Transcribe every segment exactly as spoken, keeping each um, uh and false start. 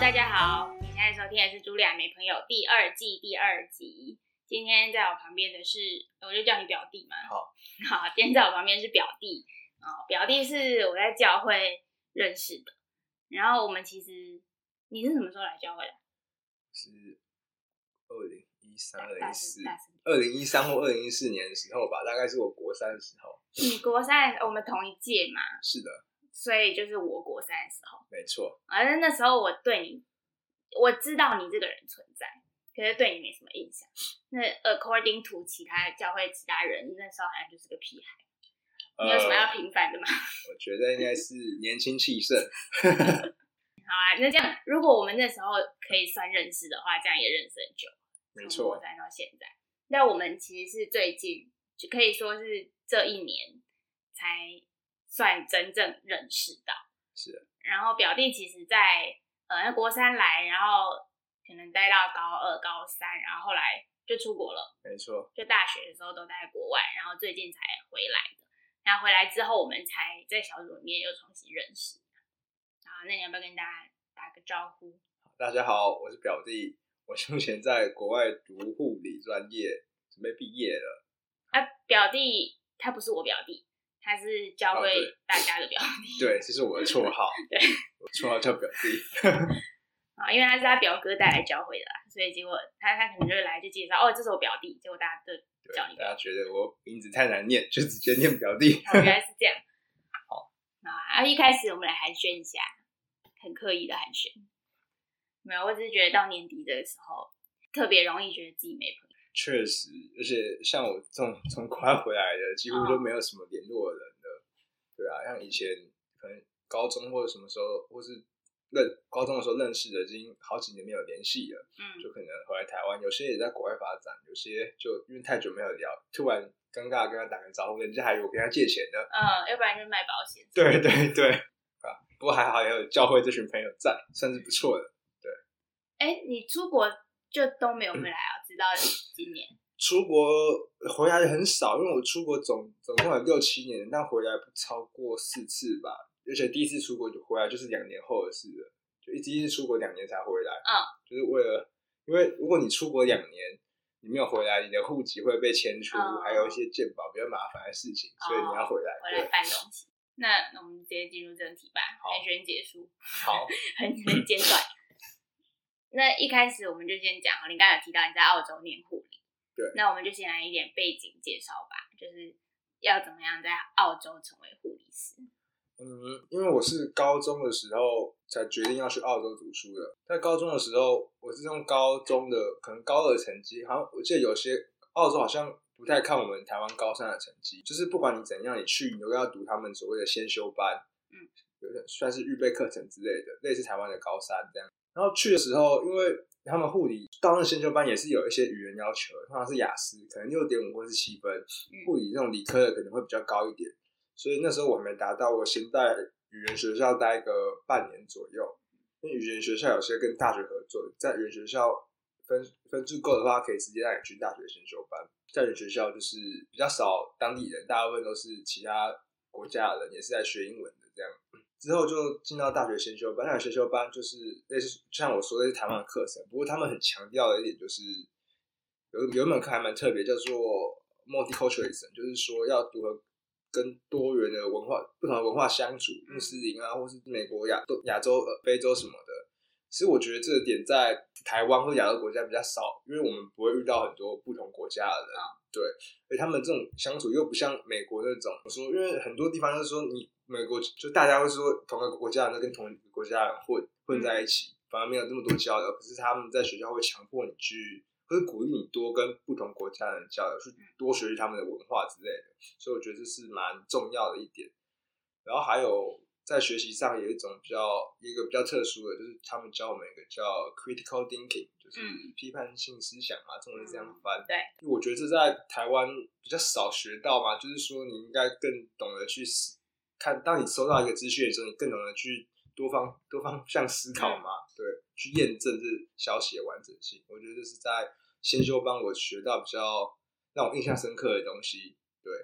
大家好，你现在收听的是《茱莉亚没朋友》第二季第二集。今天在我旁边的是，我就叫你表弟嘛。 好， 好，今天在我旁边是表弟。哦，表弟是我在教会认识的。然后我们其实，你是什么时候来教会的？ 是二零一三、二零一四、二零一三或二零一四年的时候吧，大概是我国三的时候。 你国三，我们同一届嘛？ 是的。 所以就是我国三的时候。 没错。 而那时候我对你，我知道你这个人存在，可是对你没什么印象。那 according to 其他教会其他人，那时候好像就是个屁孩。你有什么要平反的吗？ 呃、我觉得应该是年轻气盛。 好啊，那这样如果我们那时候可以算认识的话，这样也认识很久， 没错， 从国三到现在。但我们其实是最近，就可以说是这一年才算真正认识到。 是的。 然后表弟其实在呃国三来，然后可能待到高二、高三，然后后来就出国了。 没错。 就大学的时候都在国外，然后最近才回来的。然后回来之后，我们才在小组里面又重新认识。好，那你要不要跟大家打个招呼？ 大家好，我是表弟，我目前在国外读护理专业，准备毕业了。 啊，表弟他不是我表弟，他是教会大家的表弟。 哦、对，这是我的绰号。 对， 我绰号叫表弟。 啊，因为他是他表哥带来教会的啦，所以结果他他可能就来就介绍，哦，这是我表弟，结果大家都叫你表弟。 大家觉得我名字太难念，就直接念表弟。 哦，原来是这样。 好， 啊，一开始我们来寒暄一下，很刻意的寒暄。没有，我只是觉得到年底的时候，特别容易觉得自己没朋友。 确实，而且像我这种从国外回来的，几乎都没有什么联络的人了。对啊，像以前可能高中或者什么时候，或是认高中的时候认识的，已经好几年没有联系了。嗯，就可能回来台湾，有些也在国外发展，有些就因为太久没有聊，突然尴尬跟他打个招呼，人家还以为我跟他借钱呢。 嗯，要不然就卖保险。 对对对，啊，不过还好也有教会这群朋友在，算是不错的。对。 哎，你出国就都没有回来啊？直到今年。 出国回来很少，因为我出国总总共有六七年，但回来不超过四次吧。而且第一次出国就回来就是两年后的事了，就一第一次出国两年才回来。 嗯， 就是为了，因为如果你出国两年，你没有回来，你的户籍会被迁出，嗯、还有一些健保比较麻烦的事情，所以你要回来。 回来办东西。那那我们直接进入正题吧，寒暄结束。 好， 很很简短。那一开始我们就先讲，你刚才有提到你在澳洲念护理。 对， 那我们就先来一点背景介绍吧，就是要怎么样在澳洲成为护理师。 嗯，因为我是高中的时候才决定要去澳洲读书的。在高中的时候，我是用高中的可能高二成绩，好像我记得有些澳洲好像不太看我们台湾高三的成绩，就是不管你怎样，你去你都要读他们所谓的先修班，嗯，有点算是预备课程之类的，类似台湾的高三这样。然后去的时候，因为他们护理到那先修班也是有一些语言要求的，通常是雅思，可能 六点五 或是七分，护理这种理科的可能会比较高一点，所以那时候我还没达到，我先在语言学校待个半年左右，因为语言学校有些跟大学合作，在语言学校分分数够的话，可以直接让你去大学先修班。在语言学校就是比较少当地人，大部分都是其他国家的人，也是在学英文的这样。之后就进到大学先修班，大学先修班就是类似像我说的是台湾的课程，不过他们很强调的一点就是有有一门课还蛮特别，叫做 multiculturalism， 就是说要如何跟多元的文化、不同的文化相处，穆斯林啊，或是美国、亚亚洲、非洲什么的。其实我觉得这个点在台湾或亚洲国家比较少，因为我们不会遇到很多不同国家的人，对，而且他们这种相处又不像美国那种，我说因为很多地方就是说你美国就大家会说同个国家的人跟同一个国家的人混混在一起，反而没有那么多交流。可是他们在学校会强迫你去，或是鼓励你多跟不同国家的人交流，去多学习他们的文化之类的。所以我觉得这是蛮重要的一点。然后还有在学习上有一种比较一个比较特殊的，就是他们教我们一个叫 critical thinking， 就是批判性思想嘛，中文是这样翻。 对， 因为我觉得这在台湾比较少学到嘛，就是说你应该更懂得去看，当你收到一个资讯的时候，你更懂得去多方多方向思考嘛，嗯、对，去验证这消息的完整性。我觉得这是在先修班我学到比较让我印象深刻的东西。对，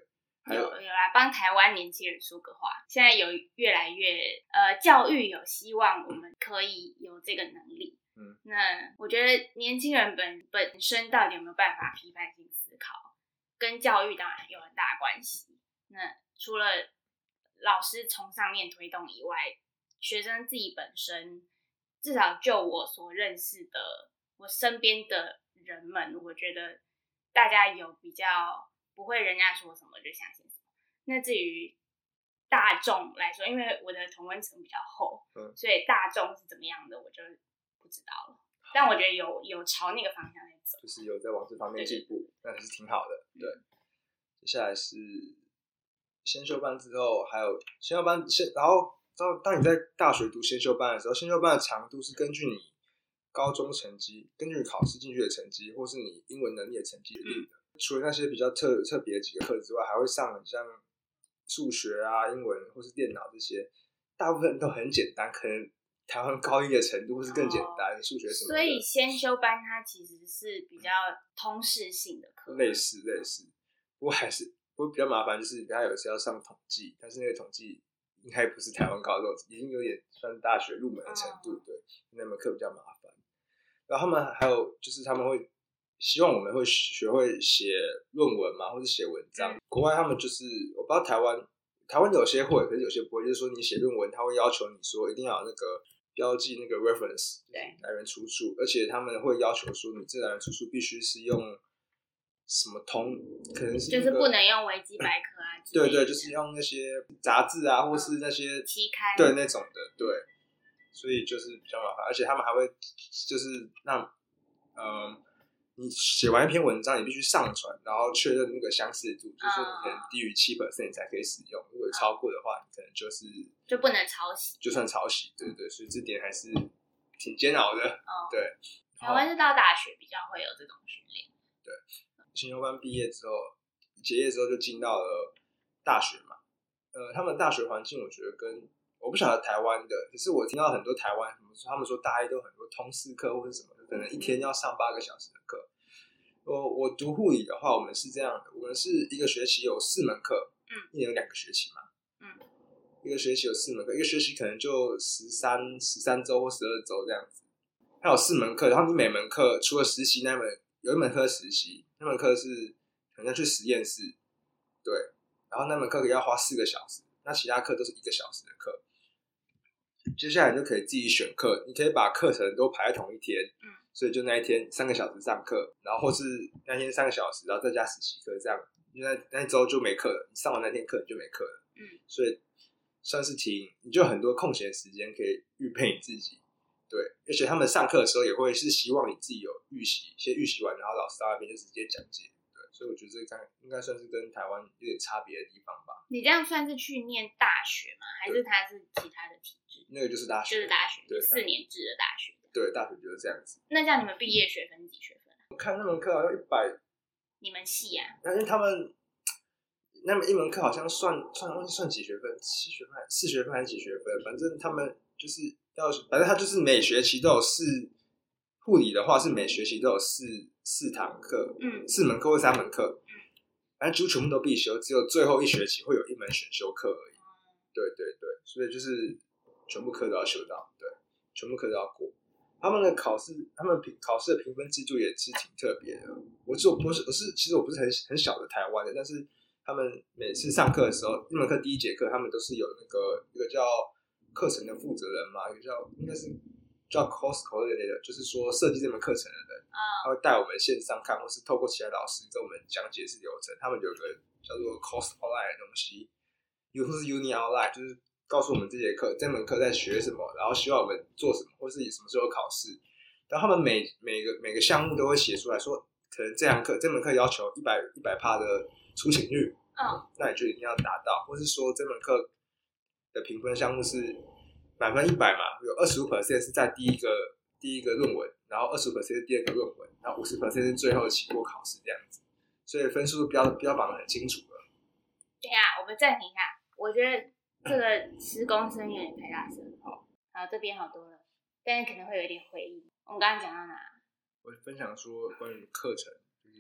有有来帮台湾年轻人说个话，现在有越来越呃教育有希望我们可以有这个能力。嗯，那我觉得年轻人本本身到底有没有办法批判性思考，跟教育当然有很大的关系。那除了老师从上面推动以外，学生自己本身，至少就我所认识的，我身边的人们，我觉得大家有比较不会人家说什么就相信什么。那至于大众来说，因为我的同温层比较厚，嗯，所以大众是怎么样的，我就不知道了。但我觉得有有朝那个方向在走， 就是有在往这方面进步，那还是挺好的。对，嗯、接下来是先修班之后，还有先修班先，然后当当你在大学读先修班的时候，先修班的长度是根据你高中成绩、根据你考试进去的成绩，或是你英文能力的成绩决定的。嗯、除了那些比较特特别的几个课之外，还会上很像数学啊、英文或是电脑这些，大部分都很简单，可能台湾高一的程度或是更简单，数、哦、学什么的。 所以先修班它其实是比较通识性的课， 类似类似，不过还是不过比较麻烦，就是它有时要上统计，但是那个统计应该不是台湾高中，已经有点算大学入门的程度，哦、对，那门课比较麻烦。然后他们还有就是他们会希望我们会学会写论文嘛，或是写文章。嗯、国外他们就是我不知道台湾台湾有些会，可是有些不会，就是说你写论文，他会要求你说一定要有那个标记那个 reference， 来源出处，而且他们会要求说你这来源出处必须是用什么通，可能是、 那個、就是不能用维基百科啊， 对对，就是用那些杂志啊，或是那些期刊， 对那种的，对，所以就是比较麻烦，而且他们还会就是让，嗯，你写完一篇文章，你必须上传，然后确认那个相似度，就是说你可能低于七 percent 你才可以使用，如果超过的话，你可能就是就不能抄袭， 就算抄袭，对对，所以这点还是挺煎熬的，哦、对。 台湾是到大学比较会有这种训练， 对。先修班毕业之后，结业之后就进到了大学嘛。呃，他们大学环境我觉得跟我不晓得台湾的，可是我听到很多台湾他们说大一都很多通识课或者什么的，可能一天要上八个小时的课。我我读护理的话，我们是这样的，我们是一个学期有四门课，嗯，一年有两个学期嘛，嗯，一个学期有四门课，一个学期可能就十三十三周或十二周这样子。它有四门课，然后你每门课除了实习那门有一门课实习。那门课是可能要去实验室，对，然后那门课要花四个小时，那其他课都是一个小时的课。接下来你就可以自己选课，你可以把课程都排在同一天，嗯，所以就那一天三个小时上课，然后或是那天三个小时，然后再加实习课，这样，因为那那一周就没课了，你上完那天课你就没课了，嗯，所以算是挺，你就有很多空闲时间可以预备你自己。对，而且他们上课的时候也会是希望你自己有预习，先预习完，然后老师到那边就直接讲解。对，所以我觉得这个应该算是跟台湾有点差别的地方吧。 你这样算是去念大学吗？还是它是其他的体制？ 那个就是大学， 就是大学， 对， 四年制的大学。 对，大学就是这样子。 那这样你们毕业学分几学分？ 我看那门课好像一百。 你们系啊？ 但是他们那么一门课好像算算算几学分？七学分、四学分还是几学分？反正他们就是。要反正他就是每学期都有四，护理的话是每学期都有四四堂课，嗯，四门课或三门课，嗯，反正几乎全部都必修，只有最后一学期会有一门选修课而已。对对对，所以就是全部课都要修到，对，全部课都要过。他们的考试，他们评考试的评分制度也是挺特别的。我是我不是我是其实我不是很很小的台湾的，但是他们每次上课的时候，一门课第一节课他们都是有那个一个叫课程的负责人嘛，一个叫应该是叫 course coordinator， 就是说设计这门课程的人，嗯、他会带我们线上看，或是透过其他老师跟我们讲解是流程。他们有个叫做 course outline 的东西，又或是 uni outline， 就是告诉我们这节课这门课在学什么，然后希望我们做什么，或是什么时候考试。然后他们每每个每个项目都会写出来说，可能这堂课这门课要求一百一百趴的出勤率，嗯，那你就一定要达到，或是说这门课的评分项目是满分一百嘛，有 百分之二十五 是在第一个第一个论文，然后 百分之二十五 是第二个论文，然后 百分之五十 是最后期末考试这样子，所以分数标标榜得很清楚了。 等一下，我们暂停一下，我觉得这个施工声有点太大声。好，好，这边好多了，但是可能会有一点回音。我们刚刚讲到哪？ 我分享说关于课程，就是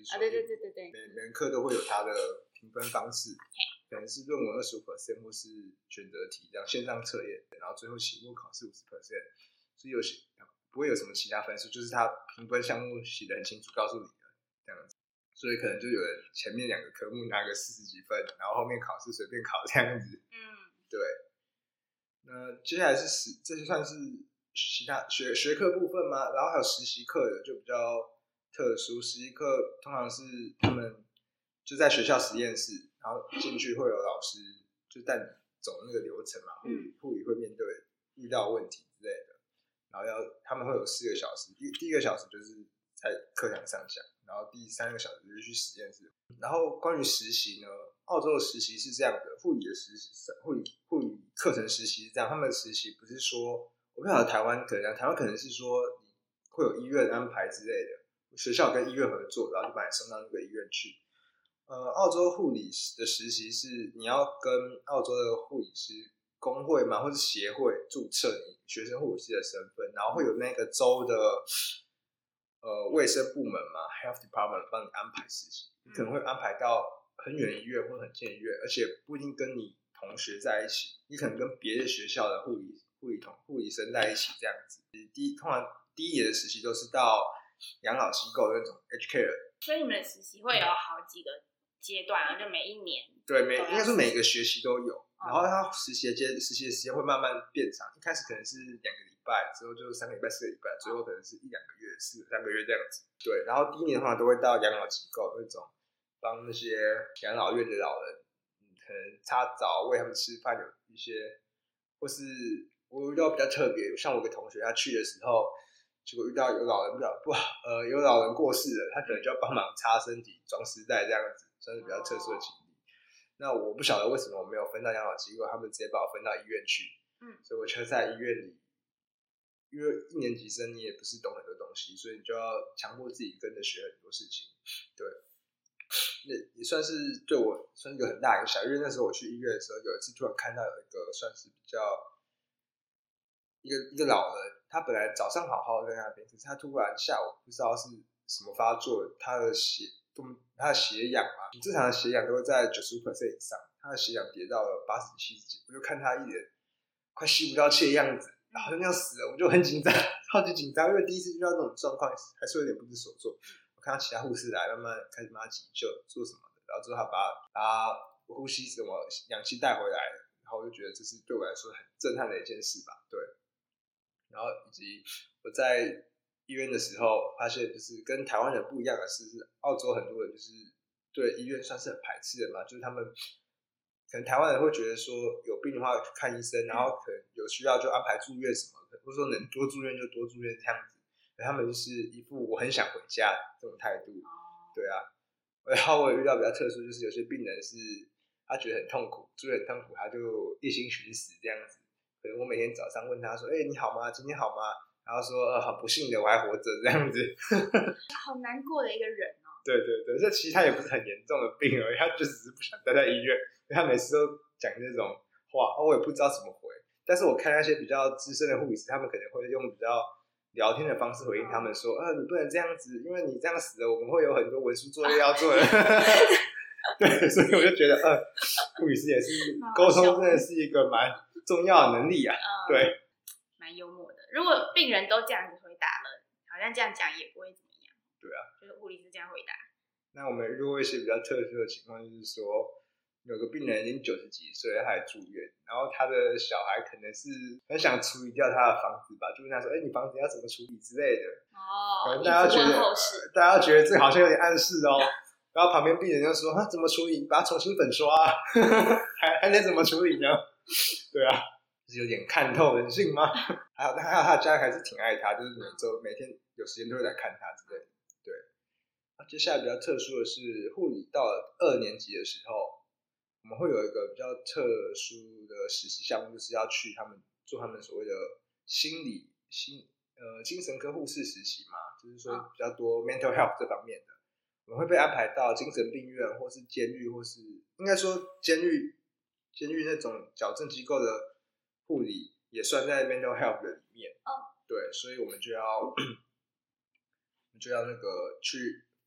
是说， 啊，对对对对对， 每每门课都会有它的评分方式，可能是论文二十五 percent 或是选择题这样线上测验，然后最后期末考试五十 percent， 所以有些不会有什么其他分数，就是它评分项目写得很清楚，告诉你的这样子。所以可能就有人前面两个科目拿个四十几分，然后后面考试随便考这样子。 嗯， 对。那接下来是实，这就算是其他学学科部分嘛，然后还有实习课的就比较特殊。实习课通常是他们就在学校实验室，然后进去会有老师就带你走那个流程嘛，护理护理会面对遇到问题之类的，然后要他们会有四个小时，第第一个小时就是在课堂上讲，然后第三个小时就是去实验室。然后关于实习呢，澳洲的实习是这样的，护理的实习，护理护理课程实习是这样，他们的实习不是说，我不晓得台湾可能，台湾可能是说你会有医院安排之类的，学校跟医院合作，然后就把你送到那个医院去。呃，澳洲护理的实习是你要跟澳洲的护理师工会嘛，或是协会注册你学生护理师的身份，然后会有那个州的呃卫生部门嘛 ，health department 帮你安排实习，你可能会安排到很远的医院或很近的医院，而且不一定跟你同学在一起，你可能跟别的学校的护理护理同护理生在一起这样子。第一通常第一年的实习都是到养老机构那种 aged care， 所以你们的实习会有好几个阶段啊，就每一年对每应该说每个学期都有， 嗯、 然后他实习的阶实习的时间会慢慢变长，一开始可能是两个礼拜，之后就是三个礼拜、四个礼拜，最后可能是一两个月、四三个月这样子。对，然后第一年的话都会到养老机构那种，帮那些养老院的老人，嗯，可能擦澡、喂他们吃饭，有一些，或是我遇到比较特别，像我有个同学他去的时候。结果遇到有老人不好，呃，有老人过世了，他可能就要帮忙擦身体、装尸袋这样子，算是比较特殊的经历。那我不晓得为什么我没有分到养老机构，他们直接把我分到医院去，嗯，所以我就在医院里，因为一年级生你也不是懂很多东西，所以你就要强迫自己跟着学很多事情，对，那也算是对我算是一个很大影响，因为那时候我去医院的时候，有一次突然看到有一个算是比较一个一个老人。他本来早上好好在那边，可是他突然下午不知道是什么发作，他的血，他的血氧啊，正常的血氧都会在 百分之九十五 以上，他的血氧跌到了八十几、七十几，我就看他一脸快吸不到气的样子，好像要死了，我就很紧张，超级紧张，因为第一次遇到这种状况，还是有点不知所措。我看到其他护士来，慢慢开始帮他急救，做什么的，然后之后他把他呼吸什么氧气带回来了，然后我就觉得这是对我来说很震撼的一件事吧，对。然后以及我在医院的时候发现，就是跟台湾人不一样的是，是澳洲很多人就是对医院算是很排斥的嘛，就是他们可能台湾人会觉得说有病的话去看医生，然后可能有需要就安排住院什么的，或者说能多住院就多住院这样子，他们就是一副我很想回家这种态度，对啊。然后我也遇到比较特殊，就是有些病人是他觉得很痛苦，住院很痛苦，他就一心寻死这样子。可能我每天早上问他说：“哎、欸，你好吗？今天好吗？”然后说：“呃，很不幸的，我还活着。”这样子， 好难过的一个人哦。 对对对，这其实他也不是很严重的病而已，他就只是不想待在医院。他每次都讲这种话，我也不知道怎么回。但是我看那些比较资深的护理师，他们可能会用比较聊天的方式回应他们说：“呃，你不能这样子，因为你这样死了，我们会有很多文书作业要做的。”对，所以我就觉得，呃，护理师也是沟通，真的是一个蛮重要的能力啊，嗯、对， 蛮幽默的。如果病人都这样子回答了，好像这样讲也不会怎么样。 对啊， 就是护理师这样回答。 那我们遇过一些比较特殊的情况，就是说有个病人已经九十几岁，他还住院，然后他的小孩可能是很想处理掉他的房子吧，就问他说：“哎、欸，你房子要怎么处理之类的。”哦，可能大家觉得，大家觉得这好像有点暗示哦。然后旁边病人就说：“啊，怎么处理？把它重新粉刷、啊，还还能怎么处理呢？”对啊，就是有点看透人性吗？还有，还有他的家人还是挺爱他，就是每周每天有时间都会来看他之类的。对，那接下来比较特殊的是，护理到了二年级的时候，我们会有一个比较特殊的实习项目，就是要去他们做他们所谓的心理心呃精神科护士实习嘛，就是说比较多 mental health 这方面的。我们会被安排到精神病院，或是监狱，或是应该说监狱，监狱那种矫正机构的护理也算在 mental health 的里面。哦，对，所以我们就要，我们就要那个去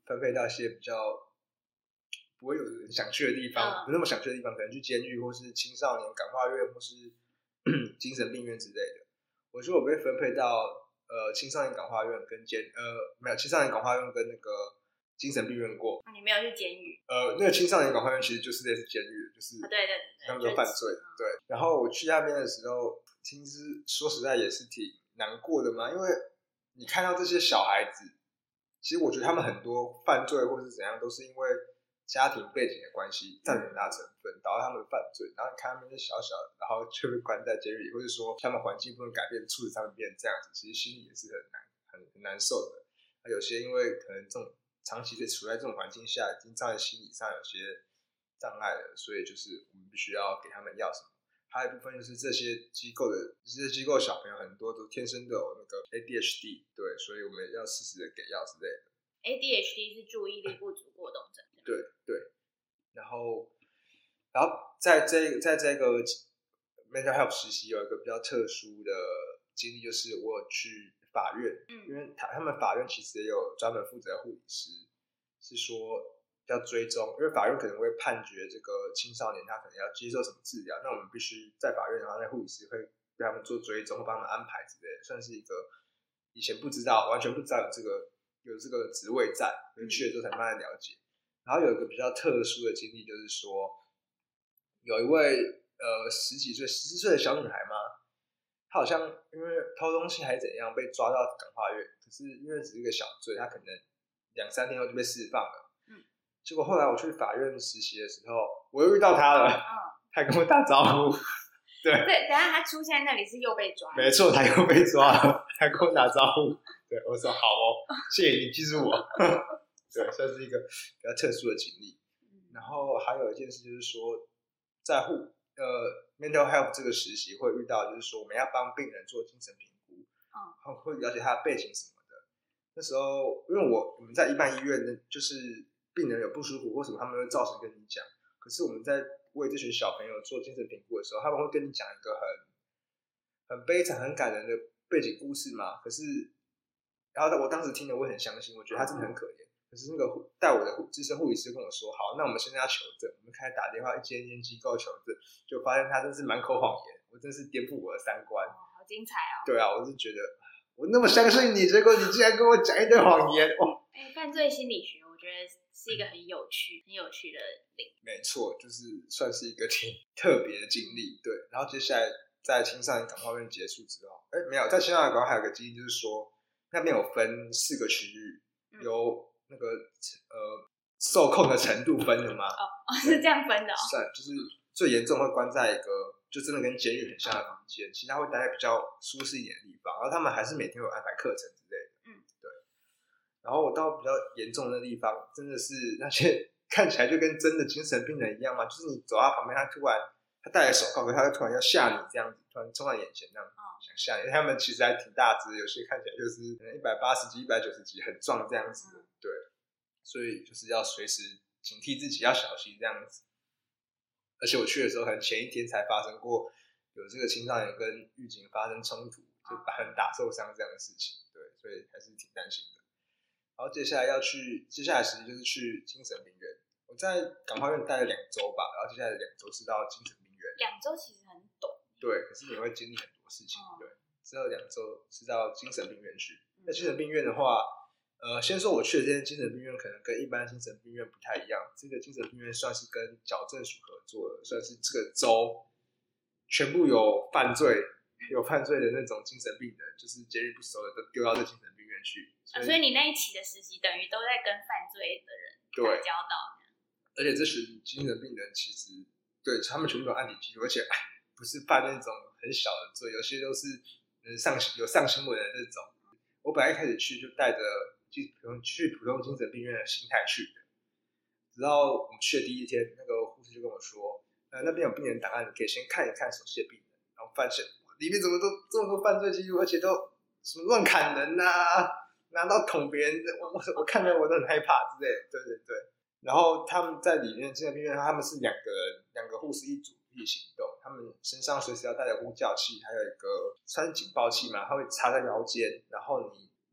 分配到一些比较不会有人想去的地方，嗯、不那么想去的地方，可能去监狱或是青少年感化院或是精神病院之类的。我觉得我被分配到呃青少年感化院跟监呃没有青少年感化院跟那个精神病院过。 你没有去监狱？ 呃，那个青少年感化院其实就是类似监狱，就是、 啊、对对对对， 他们都犯罪、就是、对。然后我去那边的时候，其实说实在也是挺难过的嘛，因为你看到这些小孩子，其实我觉得他们很多犯罪或是怎样，都是因为家庭背景的关系占很大成分，导致他们犯罪。然后你看他们是小小的，然后就被关在监狱里，或者说他们环境不能改变，处理他们变成这样子，其实心里也是很难很很难受的。那有些因为可能这种长期的处在这种环境下，已经在心理上有些障碍了，所以就是我们必须要给他们药什么。还有一部分就是这些机构的这些机构小朋友很多都天生都有那个 A D H D， 对，所以我们要适时的给药之类的。 A D H D 是注意力不足过动症。 对对，然后，然后在这在这个 mental health 实习有一个比较特殊的经历，就是我有去法院，嗯、因为他他们法院其实也有专门负责护理师，是说要追踪，因为法院可能会判决这个青少年他可能要接受什么治疗，那我们必须在法院的话，那护理师会给他们做追踪，帮他们安排之类的，算是一个以前不知道，完全不知道有这个有这个职位在，去了之后才慢慢了解。然后有一个比较特殊的经历，就是说有一位呃十几岁、十四岁的小女孩嘛，她好像因为偷东西还是怎样被抓到感化院，可是因为只是一个小罪，她可能两三天后就被释放了。嗯，结果后来我去法院实习的时候，我又遇到她了，嗯，她跟我打招呼。对对，等一下她出现那里是又被抓了， 没错，她又被抓了，她跟我打招呼。对，我说好哦，谢谢你记住我。对，算是一个比较特殊的经历。然后还有一件事就是说，在护呃 mental health 这个实习会遇到，就是说我们要帮病人做精神评估，嗯，会了解他的背景什么的。那时候因为我我们在一般医院呢，就是病人有不舒服或什么，他们会照实跟你讲。可是我们在为这群小朋友做精神评估的时候，他们会跟你讲一个很很悲惨、很感人的背景故事嘛。可是，然后我当时听了，我很相信，我觉得他真的很可怜。可是那个带我的资深护理师跟我说，好，那我们现在要求证，我们开始打电话一间一间机构求证，就发现他真是满口谎言，我真是颠覆我的三观。 哦，好精彩哦！ 对啊，我是觉得我那么相信你，结果你竟然跟我讲一堆谎言，哇！ 哎，犯罪心理学，我觉得是一个很有趣、很有趣的领域。 没错，就是算是一个挺特别的经历。对，然后接下来在青少年感化院结束之后，哎，没有，在青少年感化还有个经历，就是说那边有分四个区域，有那个呃受控的程度分的吗？ 哦哦，是这样分的哦。 是，就是最严重会关在一个就真的跟监狱很像的房间，其他会待在比较舒适一点的地方，然后他们还是每天有安排课程之类的。嗯，对。然后我到比较严重的地方，真的是那些看起来就跟真的精神病人一样嘛，就是你走到旁边，他突然他戴着手铐，可是他突然要吓你这样子，突然冲到眼前这样子。哦，想吓你，他们其实还挺大只，有些看起来就是可能一百八十几、一百九十几，很壮这样子。嗯，对，所以就是要随时警惕自己，要小心这样子。而且我去的时候，可能前一天才发生过有这个青少年跟狱警发生冲突，就把人打受伤这样的事情。对，所以还是挺担心的。然后接下来要去，接下来实际就是去精神病院。我在感化院待了两周吧，然后接下来两周是到精神病院。 两周其实很短。 对，可是你会经历很多事情。嗯、对，之后两周是到精神病院去。在精神病院的话，呃，先说我去的这间精神病院可能跟一般精神病院不太一样。这个精神病院算是跟矫正署合作的，算是这个州全部有犯罪、有犯罪的那种精神病人，就是节日不熟的，都丢到这精神病院去。 所以，啊、所以你那一期的实习等于都在跟犯罪的人打交道。 而且这群精神病人其实对他们全部都有案底记录，而且不是犯那种很小的罪，有些都是上有上新闻的那种。我本来一开始去就带着去普通精神病院的心态去的，直到我们去的第一天，那个护士就跟我说，呃，那边有病人档案，你可以先看一看熟悉的病人，然后发现里面怎么都这么多犯罪记录，而且都什么乱砍人啊，拿刀捅别人，我我我看了我都很害怕之类的，对对对。然后他们在里面精神病院，他们是两个人，两个护士一组一起行动，他们身上随时要带着呼叫器，还有一个算是警报器嘛，它会插在腰间，然后你如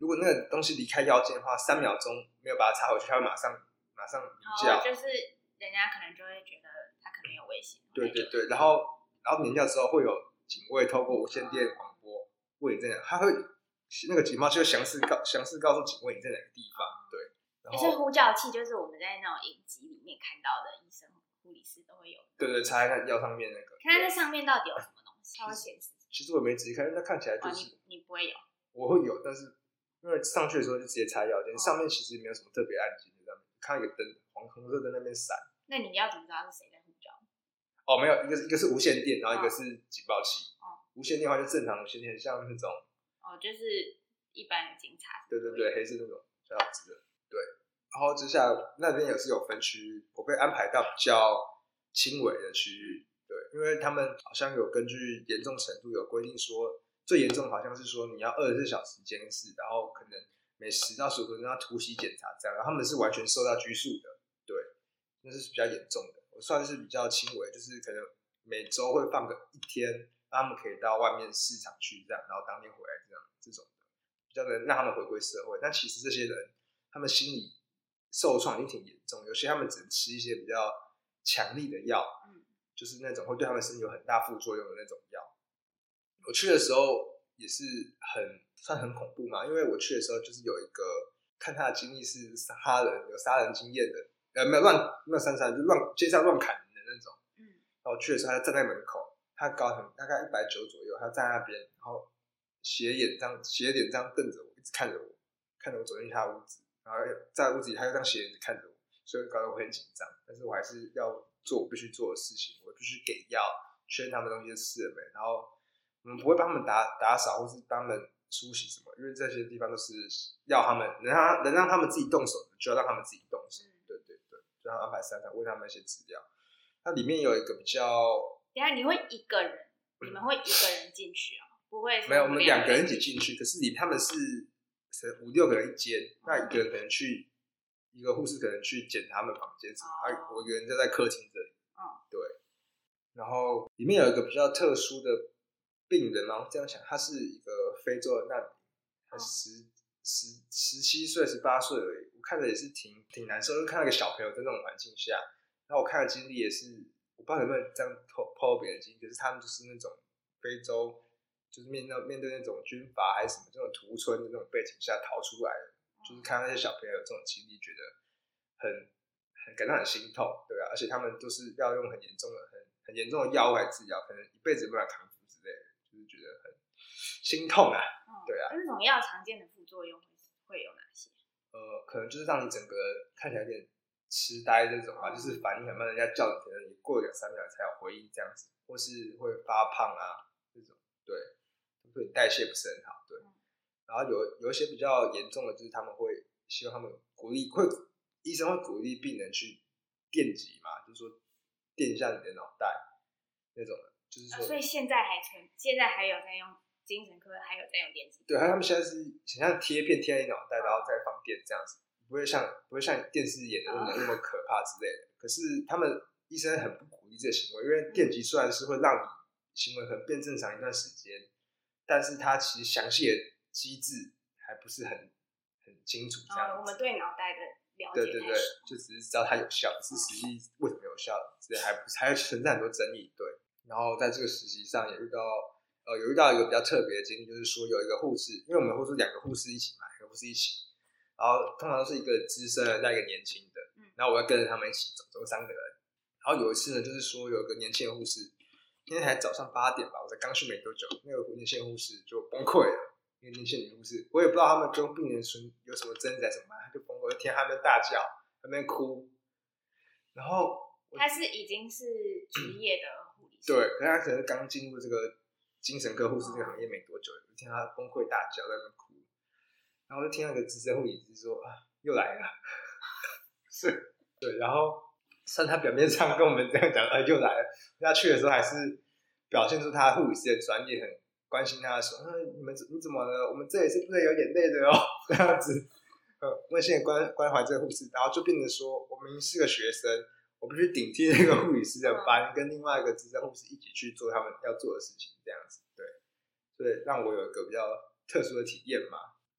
如果那个东西离开腰间的话，三秒钟没有把它插回去，它会马上马上离掉、 哦，就是人家可能就会觉得它可能有危险。 对对对，然后然后粘掉之后会有警卫透过无线电广播问你在哪，他会那个警报器会详细告详细告诉警卫你在哪个地方。对，然后就是呼叫器，就是我们在那种影集里面看到的医生、护理师都会有。 对对，插在腰上面那个。 看在上面到底有什么东西，它会显示。 其实我没仔细看，但它看起来就是、 哦、你, 你不会有， 我会有，但是因为上去的时候就直接插腰间、哦，上面其实没有什么特别按键，就这样看一个灯，黄红色在那边闪。 那你要怎么知道是谁在呼叫？ 哦，没有，一个是一个是无线电，然后一个是警报器。 哦， 无线电的话就正常无线电，像那种哦，就是一般的警察。 对对对，黑色那种小小只的。对，然后接下来那边也是有分区域，我被安排到比较轻微的区域。对，因为他们好像有根据严重程度有规定说，最严重好像是说你要二十四小时监视，然后可能每十到十五分钟要突袭检查这样，然后他们是完全受到拘束的。对，那是比较严重的。我算是比较轻微，就是可能每周会放个一天，让他们可以到外面市场去这样，然后当天回来这样，这种的比较能让他们回归社会。但其实这些人他们心理受创已经挺严重，有些他们只能吃一些比较强力的药，嗯，就是那种会对他们身体有很大副作用的那种药。我去的时候也是很算很恐怖嘛，因为我去的时候就是有一个看他的经历是杀人有杀人经验的，呃，没有乱没有杀人，就乱街上乱砍人的那种。嗯，然后我去的时候，他站在门口，他高很大概一百九左右，他站在那边，然后斜眼这样斜脸这样瞪着我，一直看着我，看着我走进他的屋子，然后在屋子里他又这样斜眼看着我，所以搞得我很紧张。但是我还是要做我必须做的事情，我必须给药，确认他们东西吃了没，然后我们不会帮他们打打扫或是帮他们梳洗什么，因为这些地方都是要他们能让能让他们自己动手的，就要让他们自己动手。对对对，就要安排三餐，问他们一些资料。它里面有一个比较， 等一下你会一个人，你们会一个人进去啊？不会？ 没有，我们两个人一起进去，可是里他们是五六个人一间，那一个人可能去，一个护士可能去检查他们房间什么，啊，我一个人就在客厅这里。嗯，对。然后里面有一个比较特殊的病人嘛，这样想，他是一个非洲的难民，他十十十七岁、十八岁而已。我看着也是挺挺难受，因为看到一个小朋友在那种环境下，然后我看的经历也是，我不知道有没有这样透透露别人的经历，可是他们就是那种非洲，就是面对面对那种军阀还是什么这种屠村的那种背景下逃出来的，就是看到那些小朋友有这种经历，觉得很很感到很心痛，对啊，而且他们都是要用很严重的很很严重的药物来治疗，可能一辈子没办法康复之类的，就是觉得很心痛啊。嗯、对啊。 那种药常见的副作用会有哪些？ 呃，可能就是让你整个看起来有点痴呆这种吧，嗯、就是反应很慢，人家叫你可能你过了两三秒才有回应这样子，或是会发胖啊这种，对，对你代谢不是很好，对。嗯、然后有有一些比较严重的，就是他们会希望他们鼓励，会医生会鼓励病人去电击嘛，就是说电一下你的脑袋那种的，就是说。 啊、所以现在还存，现在还有在用精神科，还有在用电击。 对，他们现在是想像贴片贴在你脑袋，然后再放电这样子，不会像不会像电视演的那么、哦、那么可怕之类的。可是他们医生很不鼓励这个行为，因为电击虽然是会让你行为可能变正常一段时间，但是它其实详细的机制还不是很很清楚这样子、 哦。我们对脑袋的了解对对对，就只是知道它有效，只是实际为什么有效，这还不还存在很多争议。对，然后在这个实习上也遇到。呃，有遇到一个比较特别的经历，就是说有一个护士，因为我们护士两个护士一起嘛，两个护士一起，然后通常都是一个资深的加一个年轻的，然后我要跟着他们一起走，走三个人。然后有一次呢，就是说有一个年轻的护士，那天才早上八点吧，我才刚去没多久，那个年轻的护士就崩溃了。那个年轻女护士，我也不知道他们跟病人有什么挣扎什么，他就崩溃，天还没大叫，还没哭。然后他是已经是职业的护理师， 对，可是他可能刚进入这个。精神科护士这个行业没多久，我听他崩溃大叫，在那边哭，然后就听那个资深护理师说：“啊，又来了。”是，对，然后虽然他表面上跟我们这样讲，啊，又来了，他去的时候还是表现出他护理师的专业，很关心他说：“嗯，你们你怎么了？我们这里是不能有眼泪的哦。”这样子，呃，温馨的关关怀这个护士，然后就变成说，我明明是个学生。我必须顶替那个护理师的班，跟另外一个资深护士一起去做他们要做的事情，这样子，对，所以让我有一个比较特殊的体验嘛。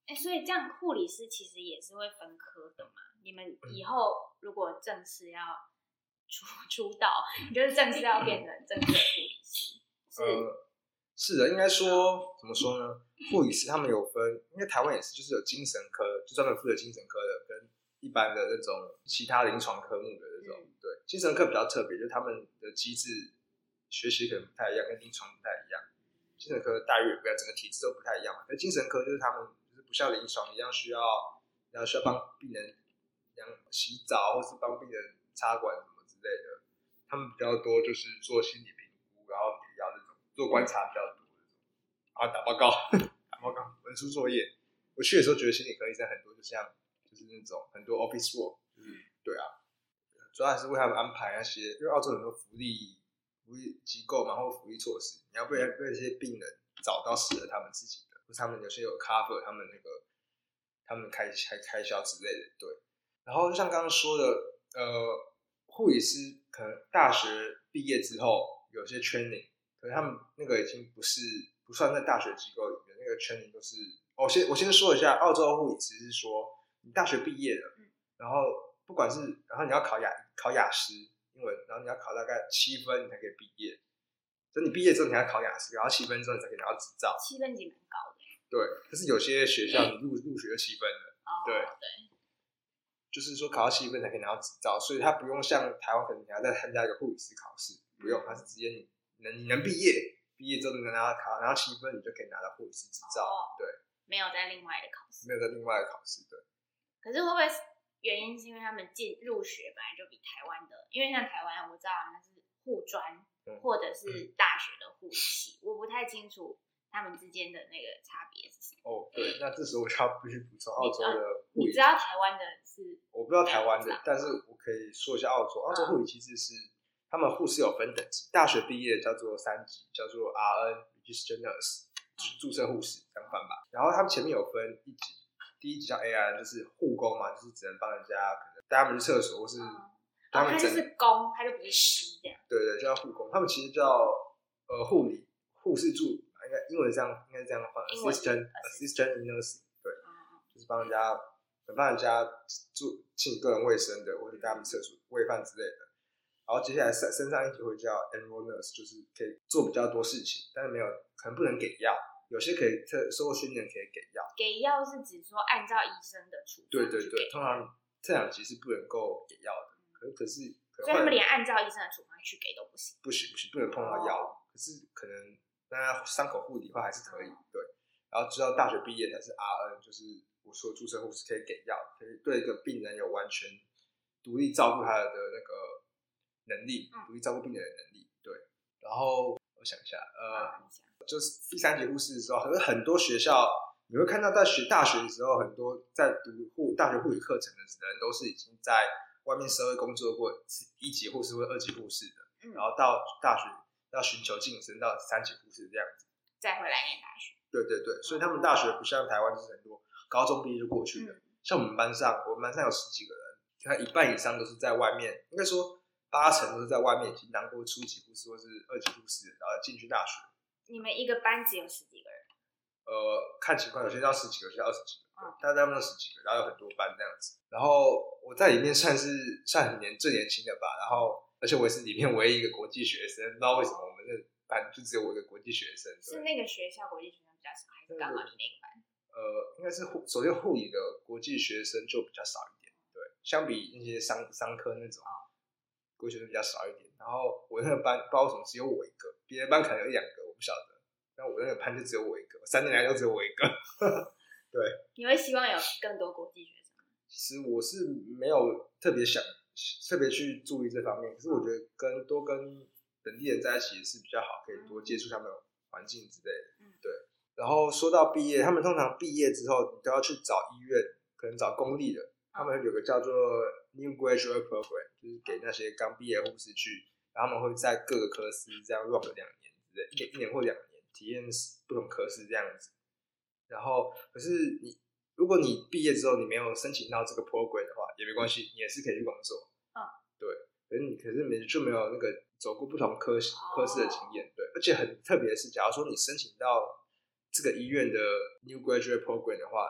哎、欸，所以这样护理师其实也是会分科的嘛？你们以后如果正式要出出道，你就是正式要变成正式的护理师，是、 呃、是的，应该说怎么说呢？护理师他们有分，因为台湾也是，就是有精神科，就专门负责精神科的，跟一般的那种其他临床科目的那种。嗯、对，精神科比较特别，就是他们的机制学习可能不太一样，跟临床不太一样。精神科待遇不一样，整个体制都不太一样嘛。可精神科就是他们就是不像临床一样需要，然后需要帮病人这样洗澡，或是帮病人插管什么之类的。他们比较多就是做心理评估，然后给药这种，做观察比较多。然后打报告，打报告，文书作业。我去的时候觉得心理科医生很多，就像就是那种很多 office work，嗯，对啊，主要还是为他们安排那些，因为澳洲很多福利福利机构嘛，或福利措施，你要为为这些病人找到适合他们自己的，或是他们有些有 cover 他们那个他们开开开销之类的，对。然后就像刚刚说的，呃，护理师可能大学毕业之后有些 training， 可是他们那个已经不是。不算在大学机构里面，那个 training 都是。哦，先我先说一下，澳洲护理师是说，你大学毕业了，嗯、然后不管是，然后你要考雅考雅思英文，然后你要考大概七分你才可以毕业。所以你毕业之后你还要考雅思，然后七分之后你才可以拿到执照。 七分已经蛮高的。 对，可是有些学校你入入学就七分了。 哦， 对对。 就是说考到七分才可以拿到执照，所以他不用像台湾可能你要再参加一个护理师考试，不用，他是直接你能你能毕业。毕业之后你能拿到考，拿到七分，你就可以拿到护理师执照。哦、对， 没有在另外的考试， 没有在另外的考试。对。 可是会不会原因是因为他们进入学本来就比台湾的，因为像台湾我知道好像是护专、嗯、或者是大学的护理系、嗯，我不太清楚他们之间的那个差别是什么。 哦，对，那这时候我就要必须补充澳洲的护理。 你知道台湾的是？ 我不知道台湾的，但是我可以说一下澳洲。澳洲护理其实是。嗯，他们护士有分等级，大学毕业叫做三级，叫做 R N Registered Nurse， 注册护士相反吧。然后他们前面有分一级，第一级叫 A R N， 就是护工嘛，就是只能帮人家可能带他们去厕所，或是他们整、哦、他就是工，他就不是师这样。 对对，叫护工。他们其实叫呃护理护士助，应该英文这样应该是这样放 ，assistant assistant nurse， 对，嗯、就是帮人家帮人家做清理个人卫生的，或者带他们厕所喂饭之类的。然后接下来升上一级会叫 Enroll Nurse， 就是可以做比较多事情，但是没有可能不能给药，有些可以特受过训练可以给药。 给药是指说按照医生的处方对对对，通常这两级是不能够给药的，可可是可所以他们连按照医生的处方去给都不行。 不行不行，不能碰到药、哦。可是可能大家伤口护理的话还是可以、嗯、对。然后直到大学毕业才是 R N， 就是我说注册护士可以给药，可以对一个病人有完全独立照顾他的那个。能力，独立照顾病人的能力，对。然后我想一下，呃，就是第三级护士的时候，可是很多学校你会看到，在学大学的时候，很多在读护大学护理课程的人都是已经在外面社会工作过一级护士或二级护士的、嗯，然后到大学要寻求晋升到三级护士这样子， 再回来念大学。 对对对，所以他们大学不像台湾，就是很多高中毕业就过去了、嗯。像我们班上，我们班上有十几个人，他一半以上都是在外面，应该说。八成都是在外面已经当过初级护士或是二级护士，然后进去大学。 你们一个班只有十几个人？ 呃，看情况，有些到十几个，有些到二十几个，嗯、大概那十几个，然后有很多班这样子。然后我在里面算是算很年最年轻的吧，然后而且我也是里面唯一一个国际学生，不知道为什么我们那班就只有我一个国际学生。 是那个学校国际学生比较少，还是刚好你那个班？ 呃，应该是护，首先护理的国际学生就比较少一点，对，相比那些商商科那种。哦，国际学生比较少一点，然后我那个班不知道为什么只有我一个，别的班可能有一两个，我不晓得。但我那个班就只有我一个，三年来都只有我一个。对， 你会希望有更多国际学生吗？ 其实我是没有特别想特别去注意这方面，可是我觉得跟多跟本地人在一起也是比较好，可以多接触他们的环境之类的。嗯，对。然后说到毕业，他们通常毕业之后，你都要去找医院，可能找公立的，他们有个叫做 New Graduate Program， 就是给那些刚毕业护士去，然后他们会在各个科室这样 run 两年之类，一年一年或两年体验不同科室这样子。然后，可是你如果你毕业之后你没有申请到这个 program 的话，也没关系，你也是可以去工作。嗯，对。可是你可是你就没有那个走过不同科科室的经验，对。而且很特别的是，假如说你申请到这个医院的 New Graduate Program 的话，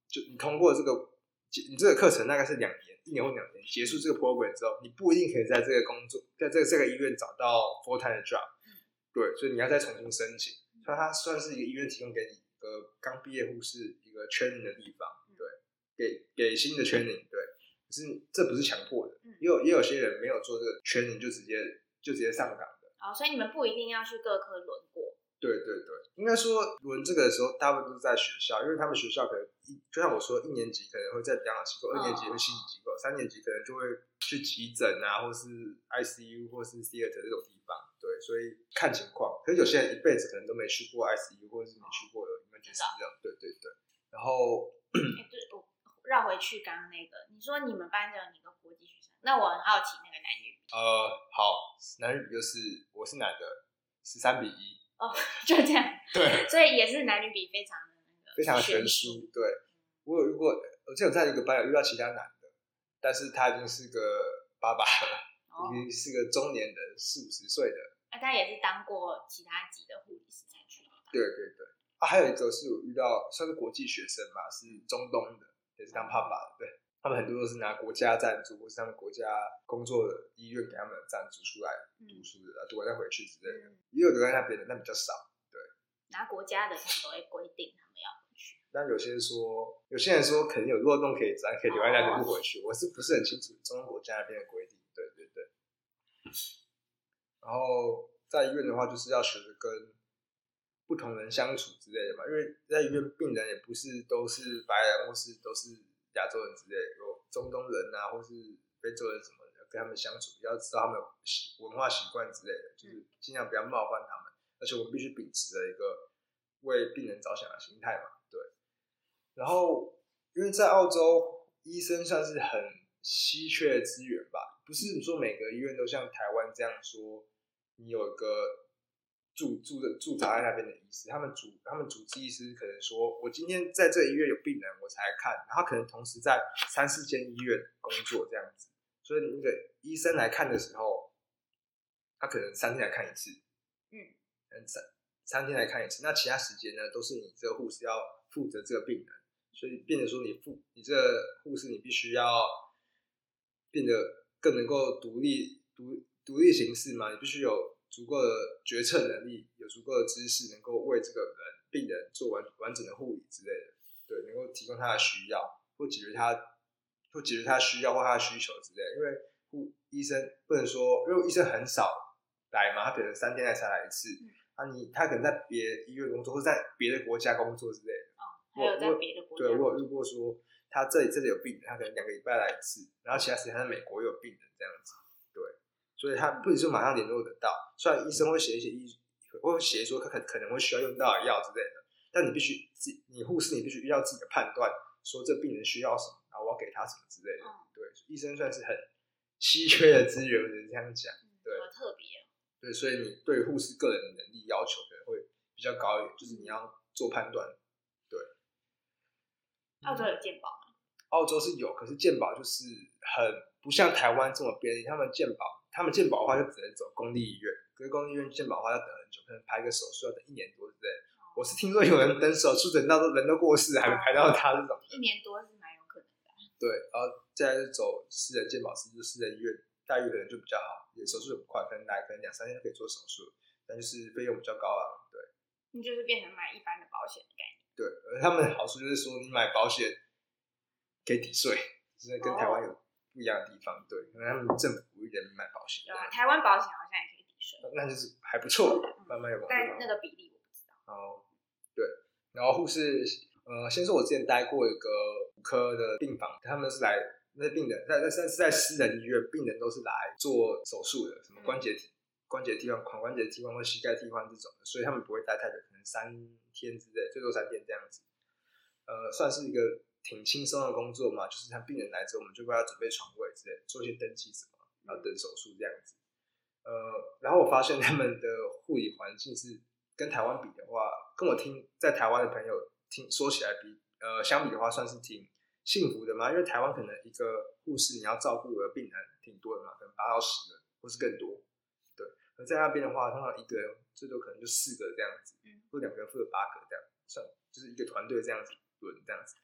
就你通过这个，你这个课程大概是两年，一年或两年结束这个 program 之后，你不一定可以在这个工作，在这个这个医院找到 full time 的 job， 对，所以你要再重新申请。所以它算是一个医院提供给你一个刚毕业护士一个 training 的地方，对，给给新的 training， 对，可是这不是强迫的，也有也有些人没有做这个 training 就直接就直接上岗的。 哦，所以你们不一定要去各科轮过。 对对对，应该说轮这个的时候，大部分都是在学校，因为他们学校可能一就像我说，一年级可能会在养老机构，二年级会心理机构，三年级可能就会去急诊啊，或是 I C U 或是 theater 这种地方。对，所以看情况。可是有些人一辈子可能都没去过 I C U， 或者是没去过 emergency 这样。对对对。然后， 欸、对，我绕回去刚刚那个，你说你们班的你个国际学生，那我很好奇那个男女比。 呃，好，男女比就是我是男的，十三比一。 哦，就这样。 对， 所以也是男女比非常的那个， 非常悬殊。对，我有遇过，我记得我在一个班有遇到其他男的，但是他已经是个爸爸了，哦、已经是个中年人，四五十岁的。 啊，他也是当过其他级的护理师才去的。 对对对。啊，还有一个是我遇到算是国际学生吧，是中东的，也是当爸爸的。对，他们很多都是拿国家赞助，或是他们国家工作的医院给他们的赞助出来读书的，读完再回去之类的。嗯、也有留在那边的，但比较少。对， 拿国家的他们都会规定他们要回去。 但有些说，有些人说可能有漏洞可以钻，可以留在那边不回去。哦、我是不是很清楚中国国家那边的规定？对对对。然后在医院的话，就是要学着跟不同人相处之类的嘛，因为在医院病人也不是都是白人，或是都是亚洲人之类的，有中东人啊，或是非洲人什么的，跟他们相处，要知道他们文化习惯之类的，就是尽量不要冒犯他们。而且我们必须秉持了一个为病人着想的心态嘛，对。然后因为在澳洲，医生算是很稀缺的资源吧，不是你说每个医院都像台湾这样说，你有一个驻驻的驻扎在那边的医师，他们主他们主治医师可能说，我今天在这个医院有病人，我才看，然后可能同时在三四间医院工作这样子，所以那个医生来看的时候，他可能三天来看一次，嗯，三三天来看一次，那其他时间呢，都是你这个护士要负责这个病人，所以变得说你负你这个护士你必须要变得更能够独立独独立行事嘛，你必须有足够的决策能力，有足够的知识，能够为这个人病人做完完整的护理之类的，对，能够提供他的需要，或解决他或解决他需要或他的需求之类的。因为护医生不能说，因为医生很少来嘛，他可能三天才来一次，嗯、啊你他可能在别的医院工作，或者在别的国家工作之类的。 哦，还有在别的国家。 对，我有遇过说，他这里这里有病人，他可能两个礼拜来一次，然后其他时间他在美国有病人这样子。所以他不是说马上联络得到，虽然医生会写一些医，会写说他可可能会需要用到的药之类的，但你必须自你护士你必须依照自己的判断，说这病人需要什么，然后我要给他什么之类的。嗯、对，医生算是很稀缺的资源，我只能这样讲。对， 好特别。 对，所以你对护士个人的能力要求可能会比较高一点，就是你要做判断。对。 澳洲有健保吗？ 澳洲是有，可是健保就是很不像台湾这么便利，他们健保。他们健保的话就只能走公立医院，可是公立医院健保的话要等很久，可能排个手术要等一年多之类的。我是听说有人等手术等到都人都过世还没排到他这种。 一年多是蛮有可能的。 对，然后再来是走私人健保司，就是私人医院待遇可能就比较好，也手术很快，可能来可能两三天就可以做手术，但就是费用比较高昂。对， 你就是变成买一般的保险的概念。 对，而他们的好处就是说你买保险可以抵税，就是跟台湾有。不一样的地方，对，可能他们政府鼓励人民买保险。 有啊，台湾保险好像也可以抵税， 那就是还不错，慢慢有往。 但那个比例我不知道。 哦，对，然后护士，呃，先说我之前待过一个骨科的病房，他们是来那病人在在是在私人医院，病人都是来做手术的，什么关节体、嗯、关节替换、髋关节替换或膝盖替换这种的，所以他们不会待太久，可能三天之类，最多三天这样子。呃，算是一个挺轻松的工作嘛，就是他病人来之后，我们就为他准备床位之类的，做一些登记什么，然后等手术这样子。呃，然后我发现他们的护理环境是跟台湾比的话，跟我听在台湾的朋友听说起来比呃相比的话，算是挺幸福的嘛。因为台湾可能一个护士你要照顾的病人挺多的嘛，可能八到十个或是更多。对，而在那边的话，通常一个人最多可能就四个这样子，或两个人或者八个这样，算就是一个团队这样子轮这样子。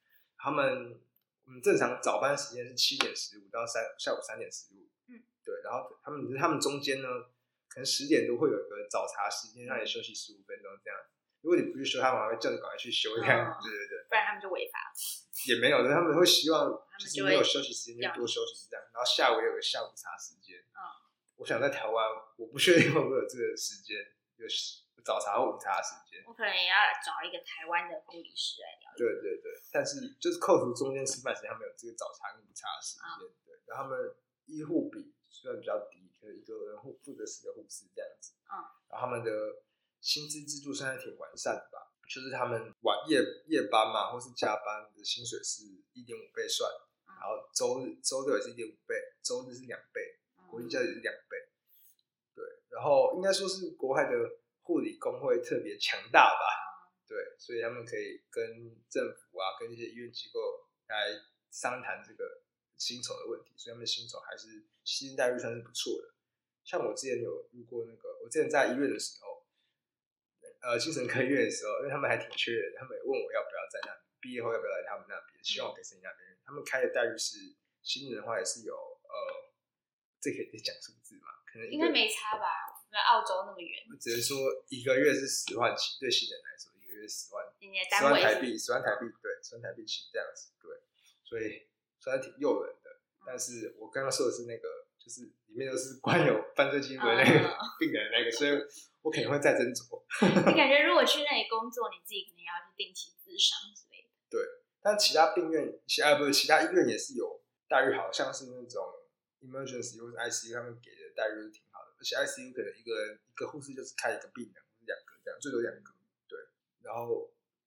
他们我们正常早班时间是七点十五到三下午三点十五，嗯，对，然后他们他们中间呢，可能十点多会有一个早茶时间，让你休息十五分钟这样。如果你不去休，他们还会叫你赶快去休这样。对对对， 不然他们就违法了。 也没有，他们会希望就是没有休息时间就多休息这样。然后下午也有个下午茶时间。嗯，我想在台湾，我不确定会不会有这个时间，有早茶或午茶时间。 我可能也要找一个台湾的护理师来聊。 对对对，但是就是扣除中间吃饭时间，他们有这个早茶跟午茶时间。嗯、对，然后他们医护比虽然比较低，可能一个人负责四个护士这样子。嗯，然后他们的薪资制度算是挺完善的吧，就是他们晚夜夜班嘛，或是加班的薪水是 一点五 倍算，嗯、然后周日周六也是 一点五 倍，周日是两倍，国定假日也是两倍。对，然后应该说是国外的护理工会特别强大吧，对，所以他们可以跟政府啊，跟一些医院机构来商谈这个薪酬的问题，所以他们的薪酬还是薪资待遇算是不错的。像我之前有遇过那个，我之前在医院的时候，呃，精神科医院的时候，因为他们还挺缺人，他们也问我要不要在那边，毕业后要不要来他们那边，希望我可以申请那边。他们开的待遇是新人的话也是有，呃，这可以讲数字嘛？可能应该没差吧？因为澳洲那么远， 我只能说一个月是十万起，对新人来说，一个月十万， 十万台币，十万台币，对，十万台币起这样子，对，所以虽然挺诱人的，但是我刚刚说的是那个。就是里面都是关有犯罪记录的那个病人那个，所以我可能会再斟酌。 你感觉如果去那里工作，你自己可能也要去定期咨商之类的。 对，但其他病院，其他不是其他医院也是有待遇好，像是那种 emergency 或者 I C U 他们给的待遇是挺好的，而且 I C U 可能一个人一个护士就是开一个病人，两个这样，最多两个。对，然后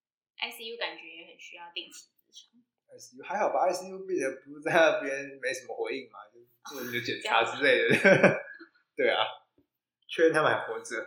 I C U 感觉也很需要定期咨商。 I C U 还好吧 ，I C U 病人不是在那边没什么回应嘛，就做你的检查之类的。对啊，确认他们还活着。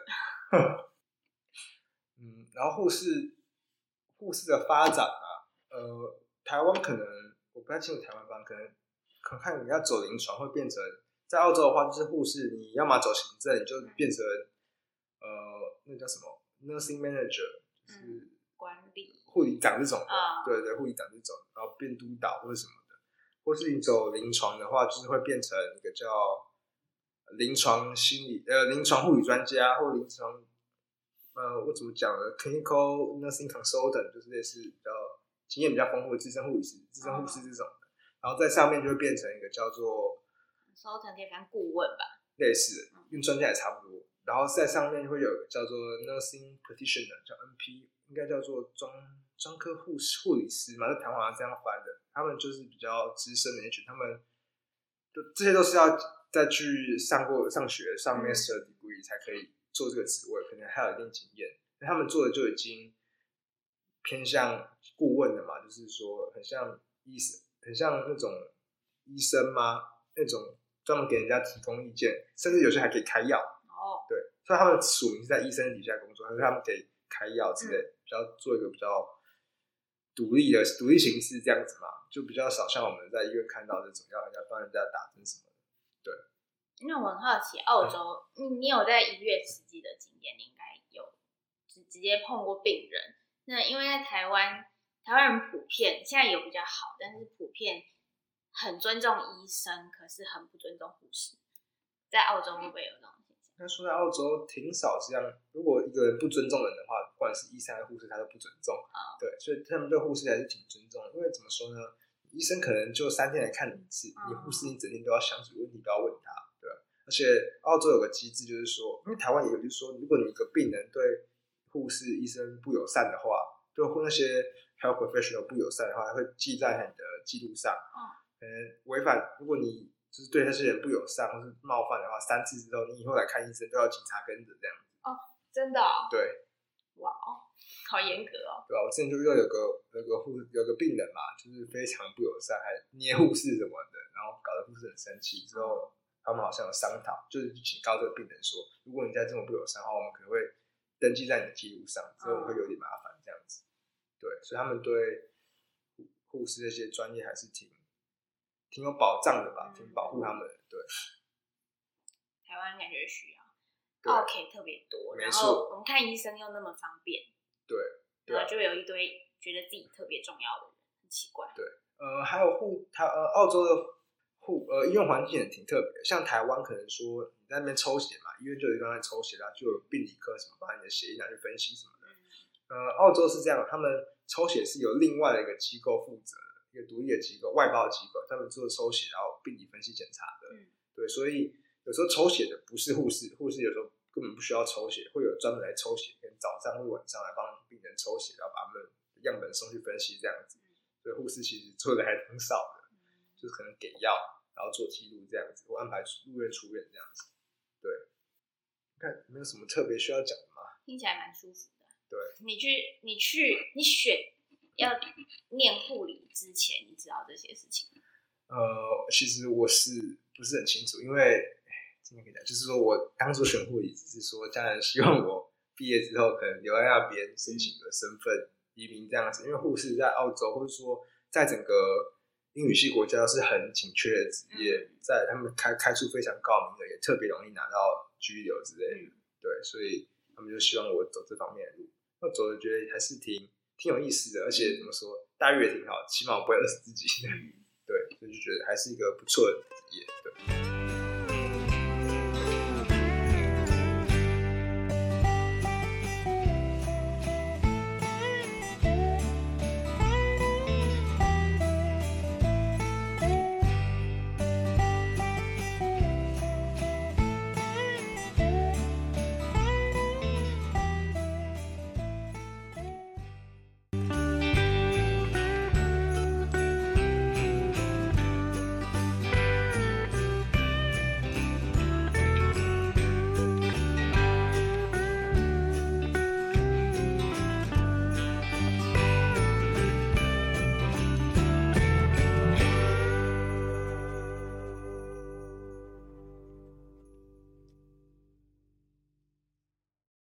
嗯，然后护士护士的发展啊，呃，台湾可能我不太清楚台湾方可能可能看你要走临床会变成，在澳洲的话就是护士你要么走行政，你就变成呃那叫什么 nursing manager， 就是、嗯、 管理护理长这种的，啊、对对，护理长这种，然后变督导或者什么的，或是你走临床的话，就是会变成一个叫临床心理呃临床护理专家或临床呃我怎么讲呢 ？clinical nursing consultant 就是类似比较经验比较丰富的资深护理师、资深护士这种的，然后在上面就会变成一个叫做 consultant 可以当顾问吧， 类似的，跟专家也差不多。然后在上面会有一个叫做 nursing practitioner， 叫 N P， 应该叫做专专科护士护理师嘛，在台湾好像这样翻的。他们就是比较资深的一群，他们就这些都是要再去上过上学上 master degree 才可以做这个职位，可能还有一定经验。他们做的就已经偏向顾问的嘛，就是说很像医生，很像那种医生吗？那种专门给人家提供意见，甚至有些还可以开药。哦，对，所以他们署名是在医生底下工作，但是他们可以开药之类，比较做一个比较独立的独立形式这样子嘛，就比较少像我们在医院看到这种要人家帮人家打针什么的。对， 那我很好奇，澳洲，嗯、你有在医院实际的经验，你应该有直直接碰过病人。那因为在台湾，台湾人普遍现在有比较好，但是普遍很尊重医生，可是很不尊重护士。在澳洲会不会有这种现象？ 他说在澳洲挺少这样，如果一个人不尊重人的话，不管是医生还是护士，他都不尊重。哦、对，所以他们对护士还是挺尊重的。因为怎么说呢，医生可能就三天来看你一次，你护士你整天都要相处，问题都要问他，对吧？而且澳洲有个机制，就是说，因为台湾也有，就是说，如果你一个病人对护士、医生不友善的话，对那些 health professional 不友善的话，会记在你的记录上。可能违反，如果你就是对那些人不友善或是冒犯的话，三次之后，你以后来看医生都要警察跟着这样子。 哦，真的、哦？ 对。 哇哦，好严格哦。 对吧？我之前就遇到有个有个护有个病人嘛，就是非常不友善，还捏护士什么的，然后搞得护士很生气。之后他们好像有商讨，就是警告这个病人说，如果你再这么不友善的话，我们可能会登记在你的记录上，之后会有点麻烦这样子。对，所以他们对护士这些专业还是挺挺有保障的吧，挺保护他们的。对， 台湾感觉需要。OK 特别多，然后我们看医生又那么方便， 对， 然后就有一堆觉得自己特别重要的人， 奇怪。 对，呃，还有护他呃，澳洲的护呃医院环境也挺特别的，像台湾可能说你在那边抽血嘛，医院就有一个人在抽血啦，就有病理科什么把你的血液拿去分析什么的。嗯、呃，澳洲是这样，他们抽血是由另外的一个机构负责的，一个独立的机构，外包机构，他们做抽血，然后病理分析检查的。嗯、对，所以有时候抽血的不是护士，护士有时候根本不需要抽血，会有专门来抽血，可能早上或晚上来帮病人抽血，然后把他们样本送去分析这样子。所以护士其实做的还挺少的，就是可能给药，然后做记录这样子，或安排入院出院这样子。对，看没有什么特别需要讲的吗？ 听起来蛮舒服的。 对， 你去你去你选要念护理之前，你知道这些事情吗？ 呃，其实我是不是很清楚，因为今天可以讲，就是说我当初选护理，只是说家人希望我毕业之后可能留在那边申请个身份移民这样子，因为护士在澳洲或者说在整个英语系国家是很紧缺的职业，在他们开开出非常高名的，也特别容易拿到居留之类的。对，所以他们就希望我走这方面的路。我走的觉得还是挺挺有意思的，而且怎么说，待遇也挺好，起码我不会饿死自己。对，所以就觉得还是一个不错的职业。对。